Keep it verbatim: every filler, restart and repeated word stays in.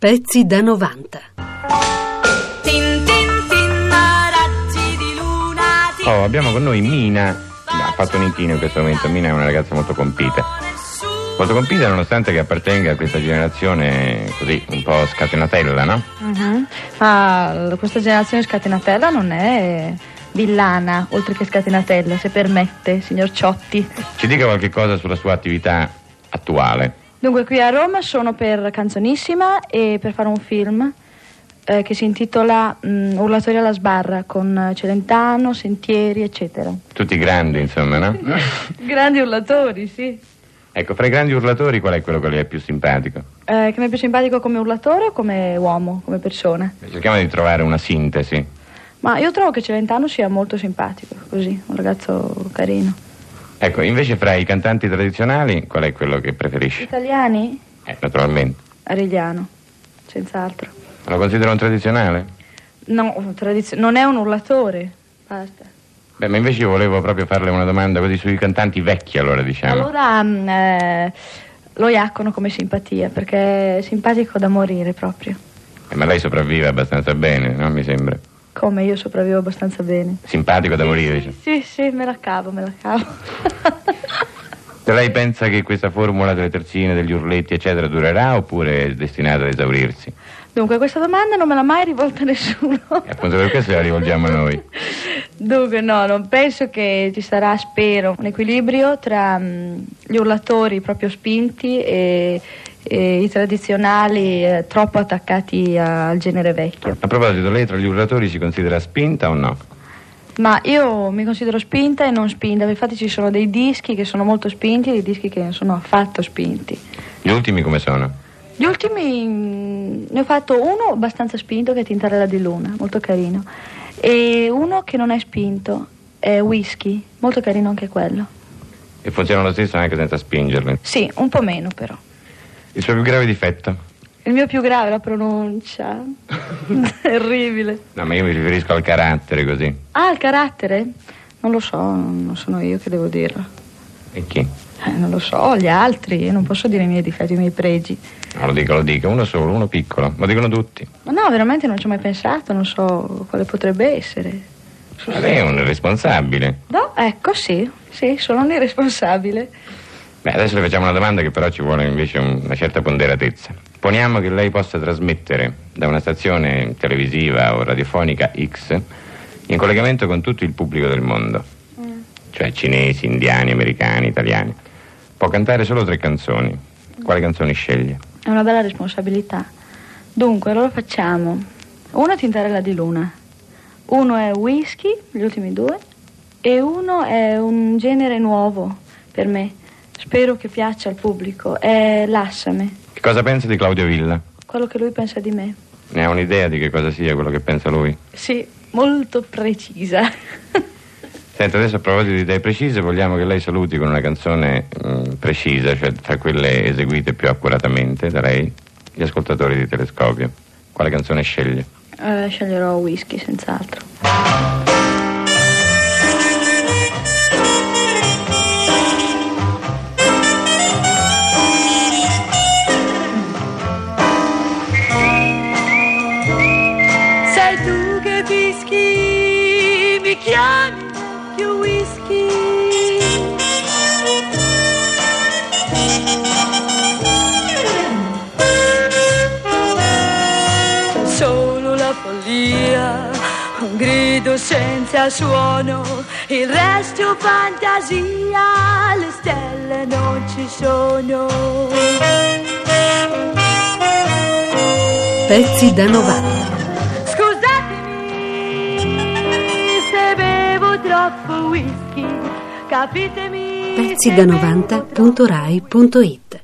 Pezzi da novanta. Oh, abbiamo con noi Mina. Ha fatto un inchino in questo momento. Mina è una ragazza molto compita. Molto compita nonostante che appartenga a questa generazione così un po' scatenatella, no? Uh-huh. Ma questa generazione scatenatella non è villana, oltre che scatenatella, se permette, signor Ciotti. Ci dica qualche cosa sulla sua attività attuale. Dunque, qui a Roma sono per Canzonissima e per fare un film eh, che si intitola mh, Urlatori alla sbarra, con Celentano, Sentieri, eccetera. Tutti grandi, insomma, no? Grandi urlatori, sì. Ecco, fra i grandi urlatori qual è quello che le è più simpatico? Eh, che mi è più simpatico come urlatore o come uomo, come persona? Cerchiamo di trovare una sintesi. Ma io trovo che Celentano sia molto simpatico, così, un ragazzo carino. Ecco, invece fra i cantanti tradizionali qual è quello che preferisci? Italiani? Eh, naturalmente. Arigliano, senz'altro. Lo considero un tradizionale? No, tradizio- non è un urlatore, basta. Beh, ma invece io volevo proprio farle una domanda così sui cantanti vecchi, allora, diciamo. Allora, mh, eh, lo iaccono come simpatia, perché è simpatico da morire proprio. Eh, ma lei sopravvive abbastanza bene, non mi sembra? Come, io sopravvivo abbastanza bene. Simpatico da morire, dice? Sì, sì, me la cavo, me la cavo. Se lei pensa che questa formula delle terzine, degli urletti, eccetera, durerà oppure è destinata ad esaurirsi? Dunque, questa domanda non me l'ha mai rivolta nessuno. E appunto per questo la rivolgiamo a noi. Dunque, no, non penso che ci sarà, spero, un equilibrio tra mh, gli urlatori proprio spinti e, e i tradizionali eh, troppo attaccati a, al genere vecchio. A proposito, lei tra gli urlatori si considera spinta o no? Ma io mi considero spinta e non spinta, infatti ci sono dei dischi che sono molto spinti e dei dischi che non sono affatto spinti. Gli ultimi come sono? Gli ultimi mh, ne ho fatto uno abbastanza spinto che è Tintarella di Luna, molto carino, e uno che non è spinto, è Whisky, molto carino anche quello. E funziona lo stesso anche senza spingerle? Sì, un po' meno però. Il suo più grave difetto? Il mio più grave è la pronuncia. Terribile. No, ma io mi riferisco al carattere così. Ah, il carattere? Non lo so, non sono io che devo dirlo. E chi? Eh, non lo so, gli altri, io non posso dire i miei difetti, i miei pregi. No, lo dica, lo dica, uno solo, uno piccolo, lo dicono tutti. Ma no, veramente non ci ho mai pensato, non so quale potrebbe essere. Ma lei è un irresponsabile. No, ecco, sì, sì, sono un irresponsabile. Beh, adesso le facciamo una domanda che però ci vuole invece un, una certa ponderatezza. Poniamo che lei possa trasmettere da una stazione televisiva o radiofonica X in collegamento con tutto il pubblico del mondo, mm. cioè cinesi, indiani, americani, italiani. Può cantare solo tre canzoni. Quale canzoni sceglie? È una bella responsabilità. Dunque, allora facciamo uno è Tintarella di Luna, uno è Whisky, gli ultimi due, e uno è un genere nuovo per me. Spero che piaccia al pubblico. È Lassame. Che cosa pensa di Claudio Villa? Quello che lui pensa di me. Ne ha un'idea di che cosa sia quello che pensa lui? Sì, molto precisa. Senta, adesso a proposito di idee precise, vogliamo che lei saluti con una canzone mh, precisa, cioè tra quelle eseguite più accuratamente da lei, gli ascoltatori di Telescopio. Quale canzone sceglie? Eh, sceglierò Whisky, senz'altro. Sei tu che fischi, mi chiami più whisky. C'è solo la follia, un grido senza suono, il resto fantasia, le stelle non ci sono. Pezzi da novanta. Se bevo troppo whisky, capitemi. Pezzi da novanta punto rai punto it